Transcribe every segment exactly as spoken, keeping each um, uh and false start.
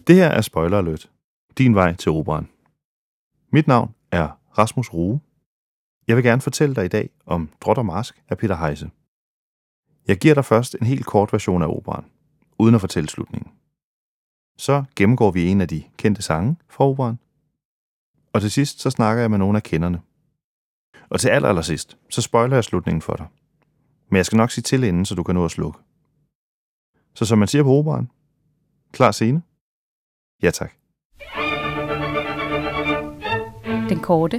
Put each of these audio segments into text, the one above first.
Det her er Spoiler Alert. Din vej til operaen. Mit navn er Rasmus Rue. Jeg vil gerne fortælle dig i dag om Drot og Marsk af Peter Heise. Jeg giver dig først en helt kort version af operaen, uden at fortælle slutningen. Så gennemgår vi en af de kendte sange fra operaen. Og til sidst så snakker jeg med nogle af kenderne. Og til aller, aller sidst, så spoiler jeg slutningen for dig. Men jeg skal nok sige til inden, så du kan nå at slukke. Så som man siger på operaen, klar scene? Ja tak. Den korte.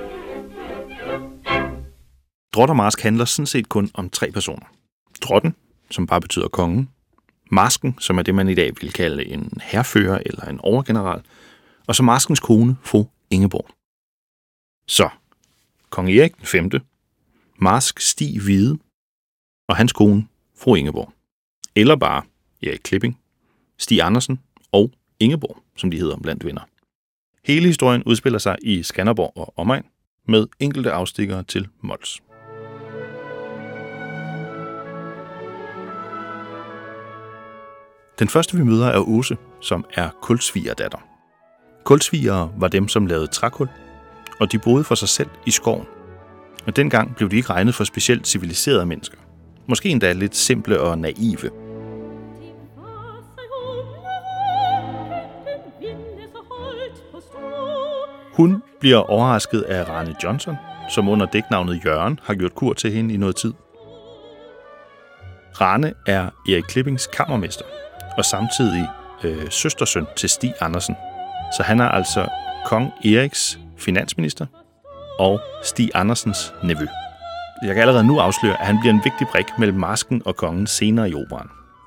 Drot og Marsk handler sådan set kun om tre personer. Drotten, som bare betyder kongen. Marsken, som er det, man i dag vil kalde en hærfører eller en overgeneral. Og så Marskens kone, fru Ingeborg. Så, kong Erik den femte, Marsk Stig Hvide og hans kone, fru Ingeborg. Eller bare Erik Klipping, Stig Andersen og Ingeborg, som de hedder blandt venner. Hele historien udspiller sig i Skanderborg og omegn, med enkelte afstikkere til Mols. Den første vi møder er Åse, som er kulsvigerdatter. Kulsvigere var dem, som lavede trækul, og de boede for sig selv i skoven. Og dengang blev de ikke regnet for specielt civiliserede mennesker. Måske endda lidt simple og naive. Hun bliver overrasket af Rane Johnson, som under dæknavnet Jørgen har gjort kur til hende i noget tid. Rane er Erik Klippings kammermester, og samtidig øh, søstersøn til Stig Andersen. Så han er altså kong Eriks finansminister og Stig Andersens nevø. Jeg kan allerede nu afsløre, at han bliver en vigtig brik mellem Marsken og kongen senere i operaen.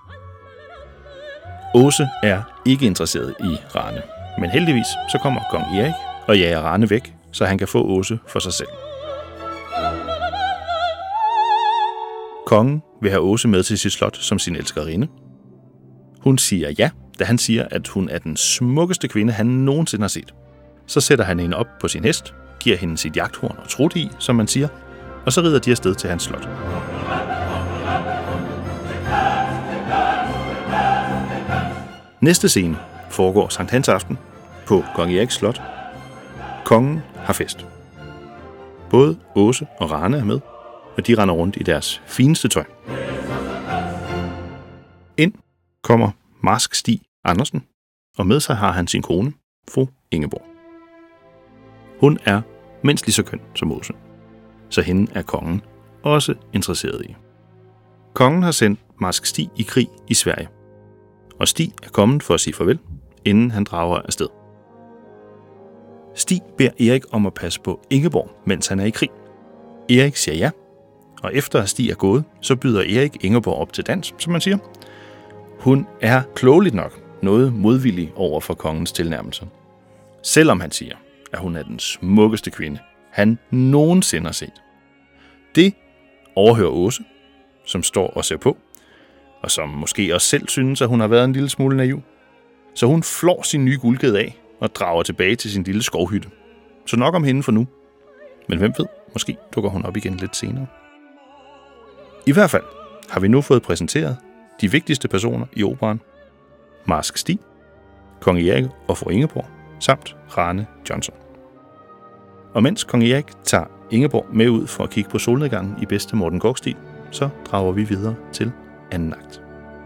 Åse er ikke interesseret i Rane, men heldigvis så kommer kong Erik og jager Rane væk, så han kan få Åse for sig selv. Kongen vil have Åse med til sit slot som sin elskerinde. Hun siger ja, da han siger, at hun er den smukkeste kvinde, han nogensinde har set. Så sætter han hende op på sin hest, giver hende sit jagthorn og trut i, som man siger, og så rider de afsted til hans slot. Næste scene foregår Sankt Hans aften på kong Eriks slot. Kongen har fest. Både Åse og Rane er med, og de render rundt i deres fineste tøj. Ind kommer Marsk Stig Andersen, og med sig har han sin kone, fru Ingeborg. Hun er mindst lige så køn som Åse, så hende er kongen også interesseret i. Kongen har sendt Marsk Stig i krig i Sverige, og Stig er kommet for at sige farvel, inden han drager afsted. Stig beder Erik om at passe på Ingeborg, mens han er i krig. Erik siger ja, og efter at Stig er gået, så byder Erik Ingeborg op til dans, som man siger. Hun er klogeligt nok noget modvillig over for kongens tilnærmelser. Selvom han siger, at hun er den smukkeste kvinde, han nogensinde har set. Det overhører Åse, som står og ser på, og som måske også selv synes, at hun har været en lille smule naiv. Så hun flår sin nye guldged af og drager tilbage til sin lille skovhytte. Så nok om hende for nu. Men hvem ved, måske dukker hun op igen lidt senere. I hvert fald har vi nu fået præsenteret de vigtigste personer i operaen. Marsk Stig, kong Erik og fru Ingeborg, samt Rane Johnson. Og mens kong Erik tager Ingeborg med ud for at kigge på solnedgangen i bedste Morten Korch-stil, så drager vi videre til anden akt.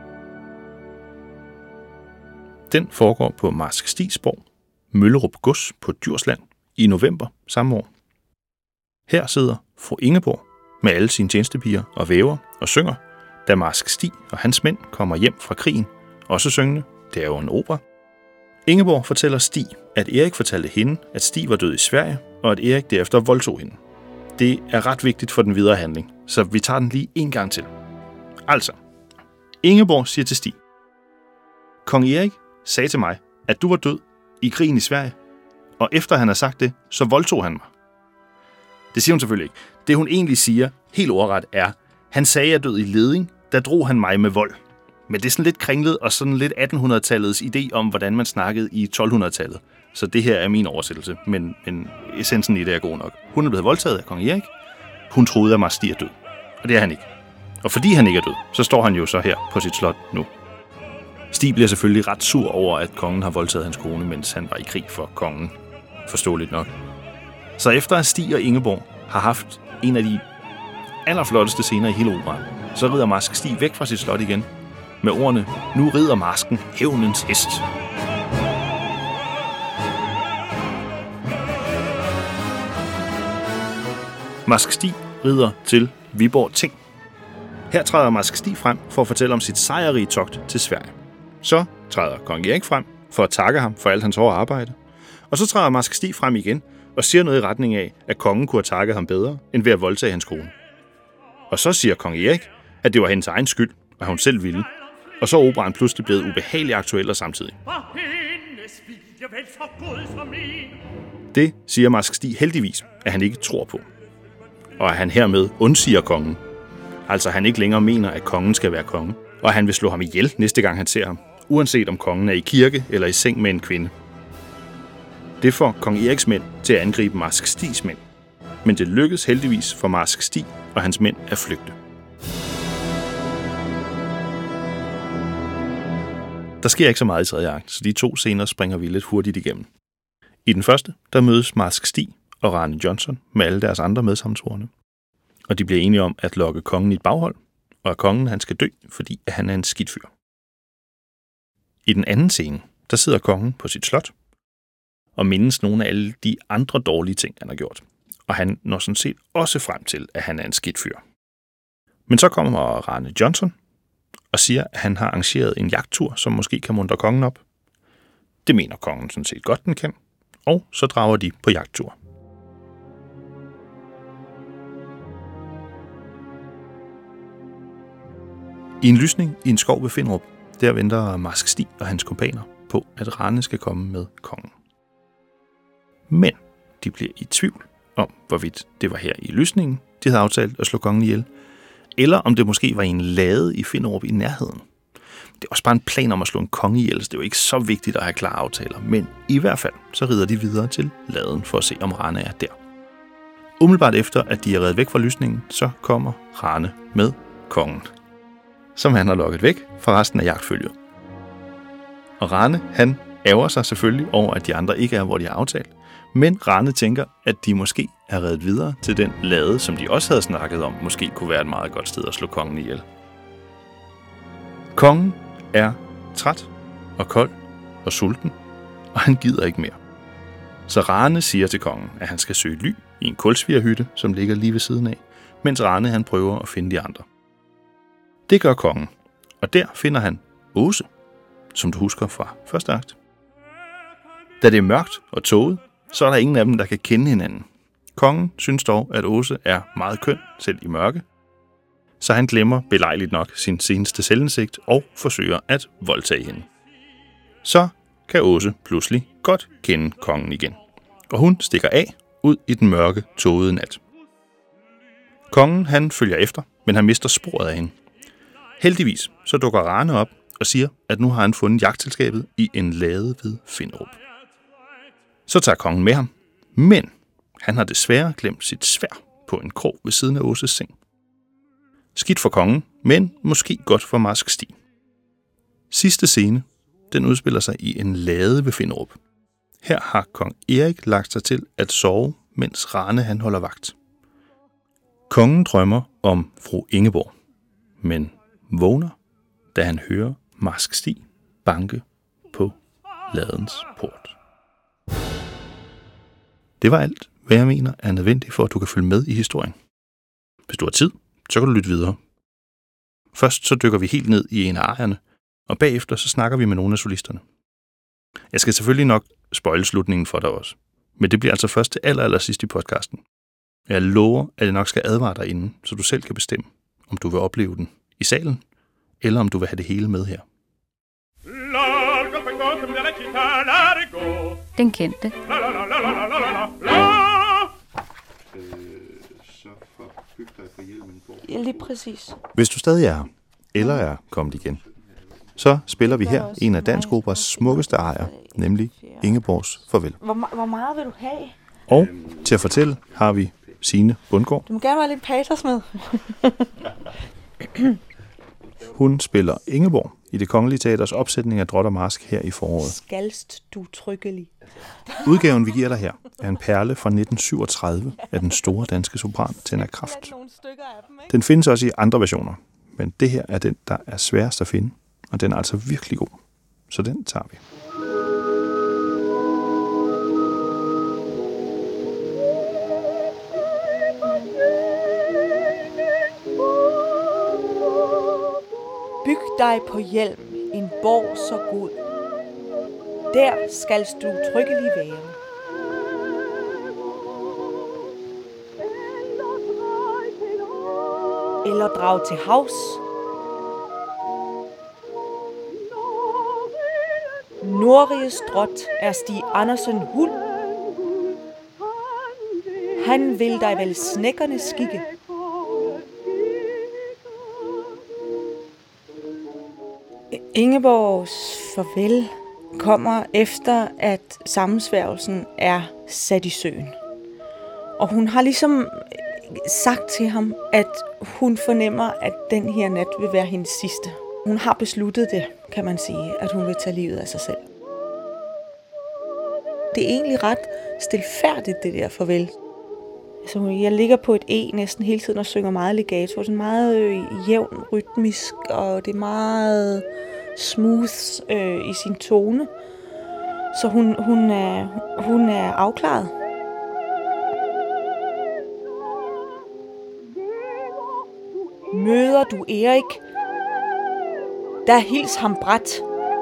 Den foregår på Marsk Stigsborg, Møllerup Gods på Djursland i november samme år. Her sidder fru Ingeborg med alle sine tjenestepiger og væver og synger, da Marsk Stig og hans mænd kommer hjem fra krigen, også syngende. Det er jo en opera. Ingeborg fortæller Stig, at Erik fortalte hende, at Stig var død i Sverige, og at Erik derefter voldtog hende. Det er ret vigtigt for den videre handling, så vi tager den lige en gang til. Altså, Ingeborg siger til Stig: Kong Erik sagde til mig, at du var død i krigen i Sverige, og efter han har sagt det, så voldtog han mig. Det siger hun selvfølgelig ikke. Det hun egentlig siger, helt ordret, er: han sagde, at jeg død i Leding, der drog han mig med vold. Men det er sådan lidt kringlet og sådan lidt attenhundrede-tallets idé om, hvordan man snakkede i tolv-hundrede-tallet. Så det her er min oversættelse, men, men essensen i det er god nok. Hun er blevet voldtaget af kong Erik. Hun troede, at Marsk Stig er død. Og det er han ikke. Og fordi han ikke er død, så står han jo så her på sit slot nu. Stig bliver selvfølgelig ret sur over, at kongen har voldtaget hans kone, mens han var i krig for kongen. Forståeligt nok. Så efter at Stig og Ingeborg har haft en af de allerflotteste scener i hele operaen, så rider Marsk Stig væk fra sit slot igen med ordene: nu rider marsken hævnens hest. Marsk Stig rider til Viborg Ting. Her træder Marsk Stig frem for at fortælle om sit sejrrige togt til Sverige. Så træder kong Erik frem for at takke ham for alt hans hårde arbejde. Og så træder Marsk Stig frem igen og siger noget i retning af, at kongen kunne have takket ham bedre, end ved at voldtage hans kone. Og så siger kong Erik, at det var hendes egen skyld, og hun selv ville. Og så er operaen pludselig blevet ubehagelig aktuel og samtidig. Det siger Marsk Stig heldigvis, at han ikke tror på. Og at han hermed undsiger kongen. Altså han ikke længere mener, at kongen skal være konge. Og at han vil slå ham ihjel næste gang han ser ham, uanset om kongen er i kirke eller i seng med en kvinde. Det får kong Eriks mænd til at angribe Marsk Stigs mænd. Men det lykkedes heldigvis for Marsk Stig og hans mænd at flygte. Der sker ikke så meget i tredje akt, så de to scener springer vi lidt hurtigt igennem. I den første, der mødes Marsk Stig og Rane Johnson med alle deres andre medsammensvorne. Og de bliver enige om at lokke kongen i et baghold, og at kongen han skal dø, fordi at han er en skidt fyr. I den anden scene, der sidder kongen på sit slot og mindes nogle af alle de andre dårlige ting, han har gjort. Og han når sådan set også frem til, at han er en skidt fyr. Men så kommer Rane Johnson og siger, at han har arrangeret en jagttur, som måske kan muntre kongen op. Det mener kongen sådan set godt, den kan. Og så drager de på jagttur. I en lysning i en skov ved Finderup, der venter Marsk Stig og hans kompaner på, at Rane skal komme med kongen. Men de bliver i tvivl om, hvorvidt det var her i lysningen, de havde aftalt at slå kongen ihjel, eller om det måske var i en lade i Finderup i nærheden. Det er også bare en plan om at slå en konge ihjel, så det er jo ikke så vigtigt at have klare aftaler, men i hvert fald så rider de videre til laden for at se, om Rane er der. Umiddelbart efter, at de er reddet væk fra lysningen, så kommer Rane med kongen, som han har lokket væk fra resten af jagtfølget. Og Rane, han ærger sig selvfølgelig over, at de andre ikke er, hvor de har aftalt, men Rane tænker, at de måske er reddet videre til den lade, som de også havde snakket om, måske kunne være et meget godt sted at slå kongen ihjel. Kongen er træt og kold og sulten, og han gider ikke mere. Så Rane siger til kongen, at han skal søge ly i en kulsvigerhytte, som ligger lige ved siden af, mens Rane han prøver at finde de andre. Det gør kongen, og der finder han Åse, som du husker fra første akt. Da det er mørkt og tåget, så er der ingen af dem, der kan kende hinanden. Kongen synes dog, at Åse er meget køn, selv i mørke, så han glemmer belejligt nok sin seneste selvindsigt og forsøger at voldtage hende. Så kan Åse pludselig godt kende kongen igen, og hun stikker af ud i den mørke, tågede nat. Kongen han følger efter, men han mister sporet af hende. Heldigvis så dukker Rane op og siger, at nu har han fundet jagtselskabet i en lade ved Finderup. Så tager kongen med ham, men han har desværre glemt sit sværd på en krog ved siden af Åses seng. Skidt for kongen, men måske godt for Marsk Stig. Sidste scene, den udspiller sig i en lade ved Finderup. Her har kong Erik lagt sig til at sove, mens Rane han holder vagt. Kongen drømmer om fru Ingeborg, men vågner, da han hører Marsk Stig banke på ladens port. Det var alt, hvad jeg mener er nødvendigt for, at du kan følge med i historien. Hvis du har tid, så kan du lytte videre. Først så dykker vi helt ned i en af ejerne, og bagefter så snakker vi med nogle af solisterne. Jeg skal selvfølgelig nok spoile slutningen for dig også, men det bliver altså først til aller, aller sidst i podcasten. Jeg lover, at jeg nok skal advare dig inden, så du selv kan bestemme, om du vil opleve den i salen, eller om du vil have det hele med her. Den kendte. Ja, lige præcis. Hvis du stadig er her, eller er kommet igen, så spiller vi her en af Dansk Operas smukkeste arier, nemlig Ingeborgs Farvel. Hvor, hvor meget vil du have? Og til at fortælle har vi Signe Bundgaard. Du må gerne være lidt patos med. Hun spiller Ingeborg i Det Kongelige Teaters opsætning af Drot og Marsk her i foråret. Skalst du trykkelig? Udgaven, vi giver dig her, er en perle fra nitten syvogtredive af den store danske sopran Tenna Kraft. Den findes også i andre versioner, men det her er den, der er sværest at finde, og den er altså virkelig god. Så den tager vi. Byg dig på hjelm, en borg så god. Der skal du trykkelig være. Eller drag til havs. Norges drot er Stig Andersen huld. Han vil dig vel snækkerne skikke. Ingeborgs farvel kommer efter, at sammensværgelsen er sat i søen. Og hun har ligesom sagt til ham, at hun fornemmer, at den her nat vil være hendes sidste. Hun har besluttet det, kan man sige, at hun vil tage livet af sig selv. Det er egentlig ret stilfærdigt, det der farvel. Altså, jeg ligger på et E næsten hele tiden og synger meget legato. Sådan meget øh, jævn, rytmisk, og det er meget smooth øh, i sin tone. Så hun, hun, er, hun er afklaret. Møder du Erik, der hils ham brat.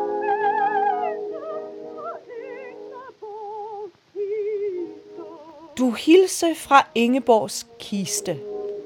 Du hilse fra Ingeborgs kiste.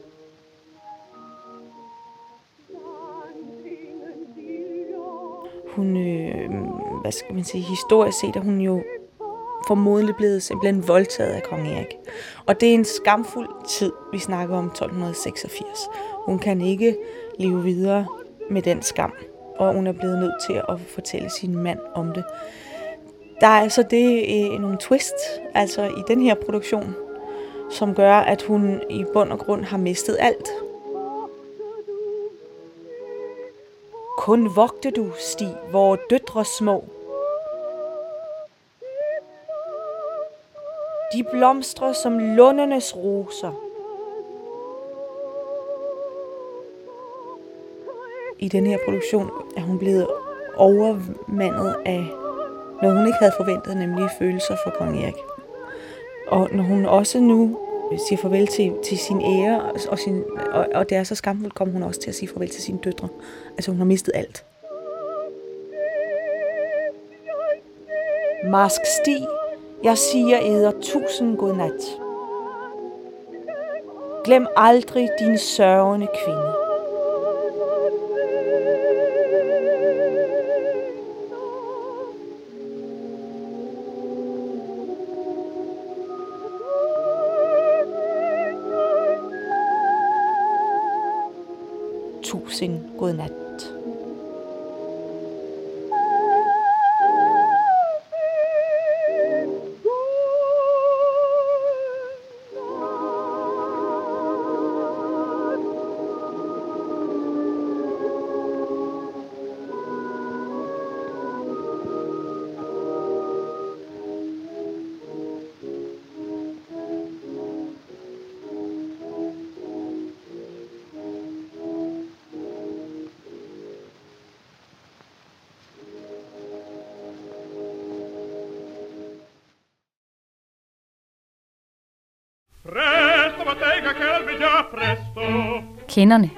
Hun, øh, hvad skal man sige, historisk set er hun jo formodentlig blevet simpelthen voldtaget af kong Erik. Og det er en skamfuld tid, vi snakker om tolv seksogfirs. Hun kan ikke leve videre med den skam, og hun er blevet nødt til at fortælle sin mand om det. Der er altså det øh, nogle twist, altså i den her produktion, som gør, at hun i bund og grund har mistet alt. Kun vogte du, Stig, vore døtre små. De blomstre som lundernes roser. I den her produktion er hun blevet overmandet af noget, hun ikke havde forventet, nemlig følelser for kong Erik. Og når hun også nu siger farvel til, til sin ære, og, sin, og, og det er så skamfuldt, kommer hun også til at sige farvel til sine døtre. Altså hun har mistet alt. Marsk Stig, jeg siger eder tusind godnat. Glem aldrig din sørgende kvinde. Tusind godnat. Kenderne.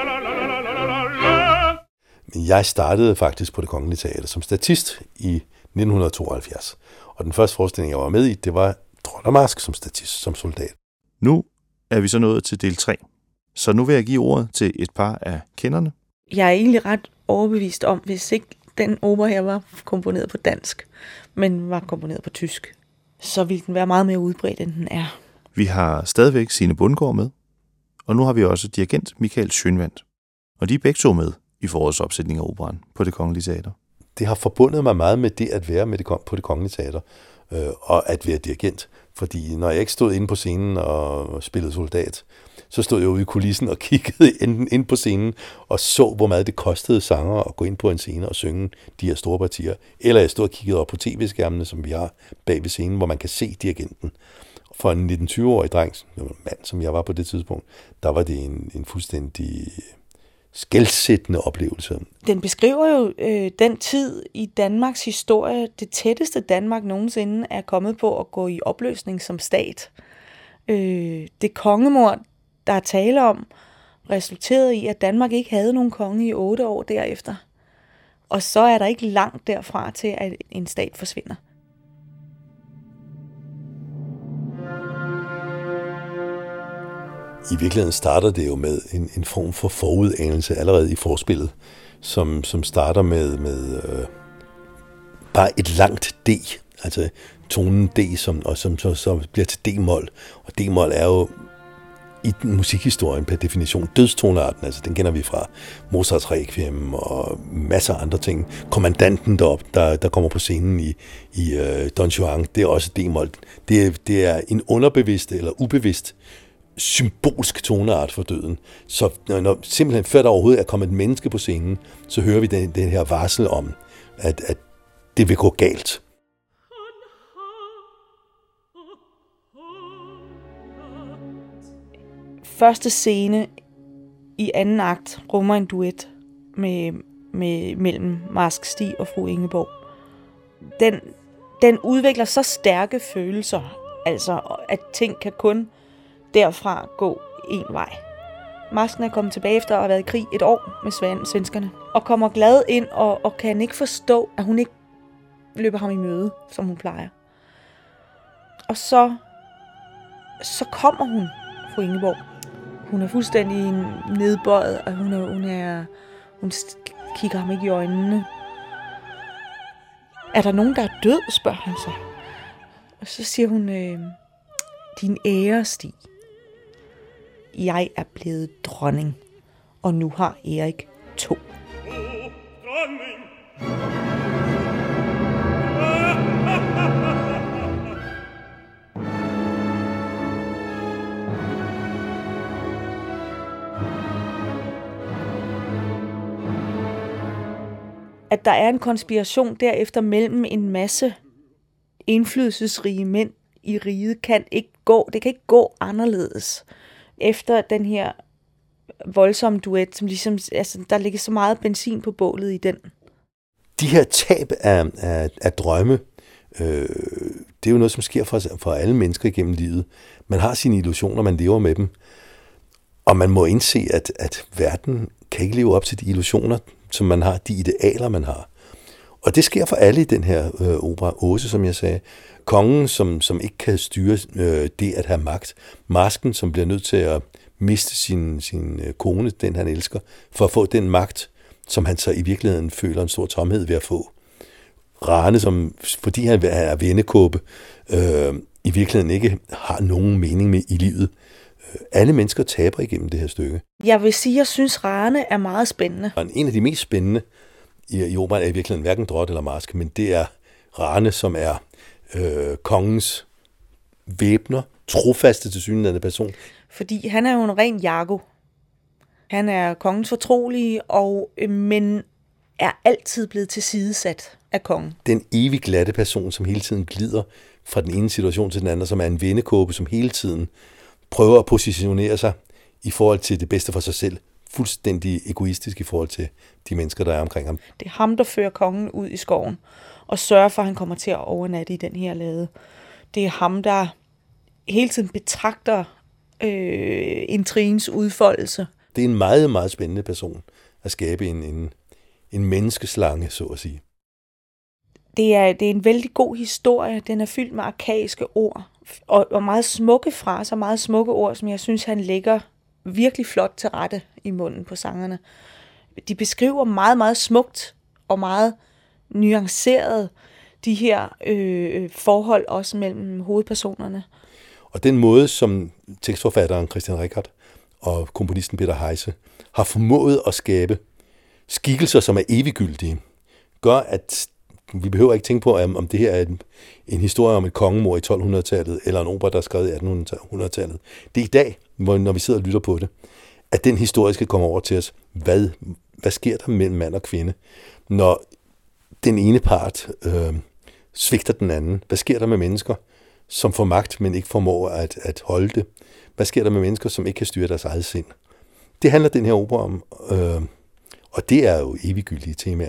Men jeg startede faktisk på Det Kongelige Teater som statist i nitten tooghalvfjerds. Og den første forestilling, jeg var med i, det var Drot og Marsk som statist, som soldat. Nu er vi så nået til del tre. Så nu vil jeg give ordet til et par af kenderne. Jeg er egentlig ret overbevist om, hvis ikke den opera her var komponeret på dansk, men var komponeret på tysk, så ville den være meget mere udbredt, end den er. Vi har stadigvæk Signe Bundgaard med, og nu har vi også dirigent Michael Schønwandt. Og de er begge to med i forårets opsætning af operaen på Det Kongelige Teater. Det har forbundet mig meget med det at være med det, på Det Kongelige Teater. øh, og at være dirigent. Fordi når jeg ikke stod inde på scenen og spillede soldat, så stod jeg ude i kulissen og kiggede enten ind på scenen og så, hvor meget det kostede sanger at gå ind på en scene og synge de her store partier. Eller jeg stod og kiggede op på tv-skærmene, som vi har bag ved scenen, hvor man kan se dirigenten. For en nitten-tyve-årig dreng, en mand, som jeg var på det tidspunkt, der var det en, en fuldstændig skelsættende oplevelse. Den beskriver jo øh, den tid i Danmarks historie, det tætteste Danmark nogensinde er kommet på at gå i opløsning som stat. Øh, det kongemord, der er tale om, resulterede i, at Danmark ikke havde nogen konge i otte år derefter. Og så er der ikke langt derfra til, at en stat forsvinder. I virkeligheden starter det jo med en, en form for forudanelse allerede i forspillet, som, som starter med, med øh, bare et langt D, altså tonen D, som, og som så, så bliver til D-mol. Og D-mol er jo i musikhistorien per definition dødstonearten, altså den kender vi fra Mozarts Requiem og masser af andre ting. Kommandanten derop, der, der kommer på scenen i, i uh, Don Juan, det er også D-mol. Det, det er en underbevidst eller ubevidst symbolsk toneart for døden. Så når, når simpelthen før der overhovedet er kommet et menneske på scenen, så hører vi den, den her varsel om, at, at det vil gå galt. Første scene i anden akt rummer en duet med, med, mellem Marsk Stig og fru Ingeborg. Den, den udvikler så stærke følelser, altså at ting kan kun derfra gå en vej. Marsken er kommet tilbage efter at have været i krig et år med svenskerne, og kommer glad ind og, og kan ikke forstå, at hun ikke løber ham i møde, som hun plejer. Og så, så kommer hun, fru Ingeborg. Hun er fuldstændig nedbøjet, og hun, er, hun, er, hun kigger ham ikke i øjnene. Er der nogen, der er død, spørger han så. Og så siger hun, øh, din ære, Stig. Jeg er blevet dronning, og nu har Erik to. At der er en konspiration derefter mellem en masse indflydelsesrige mænd i riget, kan ikke gå. Det kan ikke gå anderledes. Efter den her voldsomme duet, som ligesom, altså, der ligger så meget benzin på bålet i den. De her tab af, af, af drømme, øh, det er jo noget, som sker for, for alle mennesker igennem livet. Man har sine illusioner, man lever med dem. Og man må indse, at, at verden kan ikke leve op til de illusioner, som man har, de idealer, man har. Og det sker for alle i den her øh, opera. Åse, som jeg sagde. Kongen, som, som ikke kan styre øh, det at have magt. Marsken, som bliver nødt til at miste sin, sin øh, kone, den han elsker, for at få den magt, som han så i virkeligheden føler en stor tomhed ved at få. Rane, som, fordi han er vennekåbe, øh, i virkeligheden ikke har nogen mening med i livet. Alle mennesker taber igennem det her stykke. Jeg vil sige, at jeg synes, Rane er meget spændende. Og en af de mest spændende i, i operaen er i virkeligheden hverken Drot eller Marske, men det er Rane, som er øh, kongens væbner, trofaste tilsyneladende person. Fordi han er jo en ren jago. Han er kongens fortrolige, og, øh, men er altid blevet tilsidesat af kongen. Den evig glatte person, som hele tiden glider fra den ene situation til den anden, som er en vennekåbe, som hele tiden prøver at positionere sig i forhold til det bedste for sig selv, fuldstændig egoistisk i forhold til de mennesker, der er omkring ham. Det er ham, der fører kongen ud i skoven og sørger for, at han kommer til at overnatte i den her lade. Det er ham, der hele tiden betragter øh, intrigens udfoldelse. Det er en meget, meget spændende person at skabe en, en, en menneskeslange, så at sige. Det er, det er en vældig god historie. Den er fyldt med arkaiske ord og, og meget smukke fraser, meget smukke ord, som jeg synes, han lægger virkelig flot til rette i munden på sangerne. De beskriver meget, meget smukt og meget nuanceret de her øh, forhold også mellem hovedpersonerne. Og den måde, som tekstforfatteren Christian Rickard og komponisten Peter Heise har formået at skabe skikkelser, som er eviggyldige, gør, at vi behøver ikke tænke på, om det her er en, en historie om et kongemord i tolvhundredetallet, eller en opera, der er skrevet i attenhundredetallet. Det er i dag, hvor, når vi sidder og lytter på det, at den historie skal komme over til os. Hvad, hvad sker der mellem mand og kvinde, når den ene part øh, svigter den anden? Hvad sker der med mennesker, som får magt, men ikke formår at, at holde det? Hvad sker der med mennesker, som ikke kan styre deres eget sind? Det handler den her opera om, øh, og det er jo eviggyldige temaer.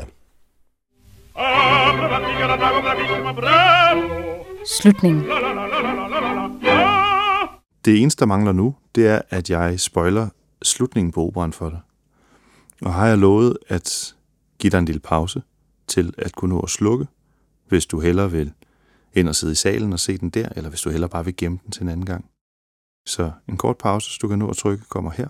Slutningen. Det eneste, der mangler nu, det er, at jeg spoiler slutningen på operaen for dig. Og har jeg lovet at give dig en lille pause til at kunne nå at slukke, hvis du hellere vil ind og sidde i salen og se den der, eller hvis du hellere bare vil gemme den til en anden gang. Så en kort pause, så du kan nå at trykke, kommer her.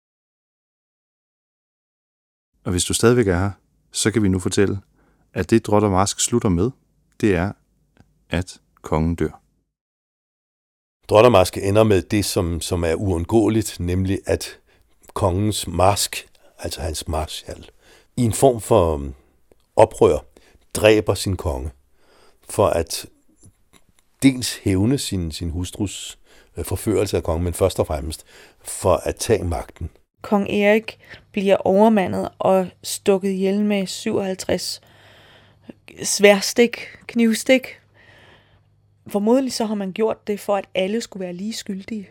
Og hvis du stadigvæk er her, så kan vi nu fortælle, at det Drot og Marsk slutter med, det er, at kongen dør. Drot og Marsk ender med det, som, som er uundgåeligt, nemlig at kongens marsk, altså hans marskal, i en form for oprør, dræber sin konge, for at dels hævne sin, sin hustrus forførelse af kongen, men først og fremmest for at tage magten. Kong Erik bliver overmandet og stukket ihjel med syvoghalvtreds sværstik, knivstik. Formodentlig så har man gjort det, for at alle skulle være lige skyldige.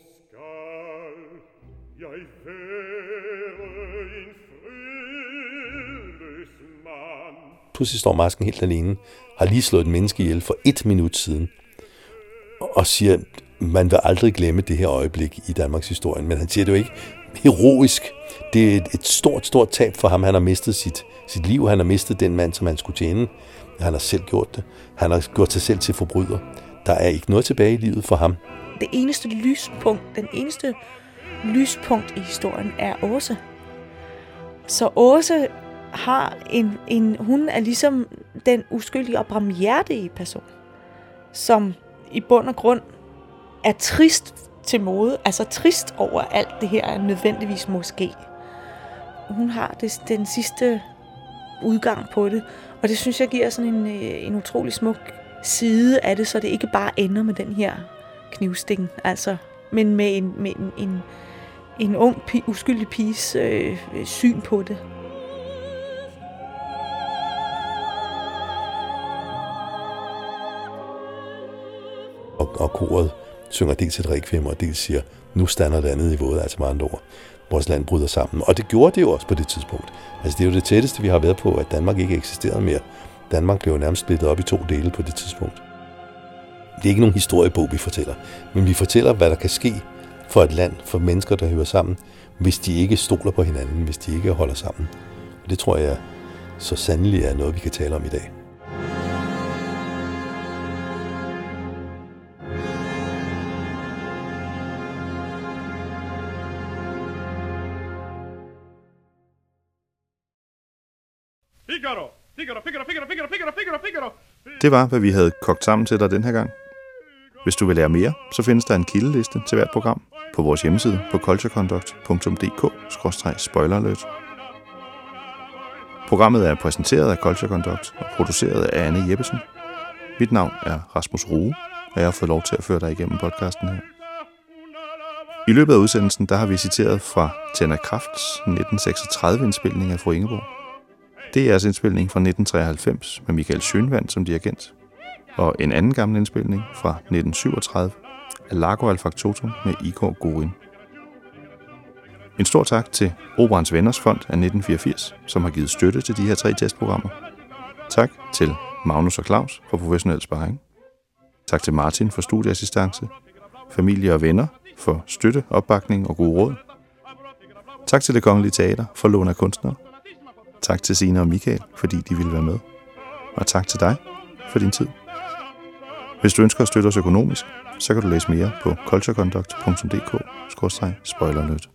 Pludselig står Marsken helt alene, har lige slået et menneske ihjel for et minut siden, og siger, man vil aldrig glemme det her øjeblik i Danmarks historie. Men han siger det jo ikke heroisk. Det er et stort, stort tab for ham. Han har mistet sit, sit liv. Han har mistet den mand, som han skulle tjene. Han har selv gjort det. Han har gjort sig selv til forbryder. Der er ikke noget tilbage i livet for ham. Det eneste lyspunkt, den eneste lyspunkt i historien er Åse. Så Åse har en, en, hun er ligesom den uskyldige og barmhjertige person, som i bund og grund er trist til mode, altså trist over alt det her er nødvendigvis måske. Hun har det, den sidste udgang på det, og det synes jeg giver sådan en, en utrolig smuk side af det, så det ikke bare ender med den her knivstikken, altså, men med en, med en, en, en ung, pi, uskyldig piges øh, syn på det. Og, og koret synger dels et rekviem, og dels siger, nu stander det andet i våde, altså med andre ord. Vores land bryder sammen. Og det gjorde det jo også på det tidspunkt. Altså det er jo det tætteste, vi har været på, at Danmark ikke eksisterede mere. Danmark blev jo nærmest splittet op i to dele på det tidspunkt. Det er ikke nogen historiebog, vi fortæller. Men vi fortæller, hvad der kan ske for et land, for mennesker, der hører sammen, hvis de ikke stoler på hinanden, hvis de ikke holder sammen. Og det tror jeg så sandelig er noget, vi kan tale om i dag. Det var, hvad vi havde kogt sammen til dig den her gang. Hvis du vil lære mere, så findes der en kildeliste til hvert program på vores hjemmeside på cultureconduct punktum d k skråstreg spoileralert. Programmet er præsenteret af Culture Conduct og produceret af Anne Jeppesen. Mit navn er Rasmus Rue, og jeg har fået lov til at føre dig igennem podcasten her. I løbet af udsendelsen der har vi citeret fra Tenna Krafts nitten seksogtredive-indspilning af Fru Ingeborg. Det er jeres indspilning fra nitten treoghalvfems med Michael Schønwandt som dirigent, og en anden gammel indspilning fra nitten syvogtredive af Largo al Factotum med Igor Gorin. En stor tak til Operans Venners Fond af nitten fireogfirs, som har givet støtte til de her tre testprogrammer. Tak til Magnus og Claus for professionel sparring. Tak til Martin for studieassistance, familie og venner for støtte, opbakning og gode råd. Tak til Det Kongelige Teater for lån af kunstnere. Tak til Signe og Michael, fordi de ville være med. Og tak til dig for din tid. Hvis du ønsker at støtte os økonomisk, så kan du læse mere på cultureconduct punktum d k skråstreg spoileralert.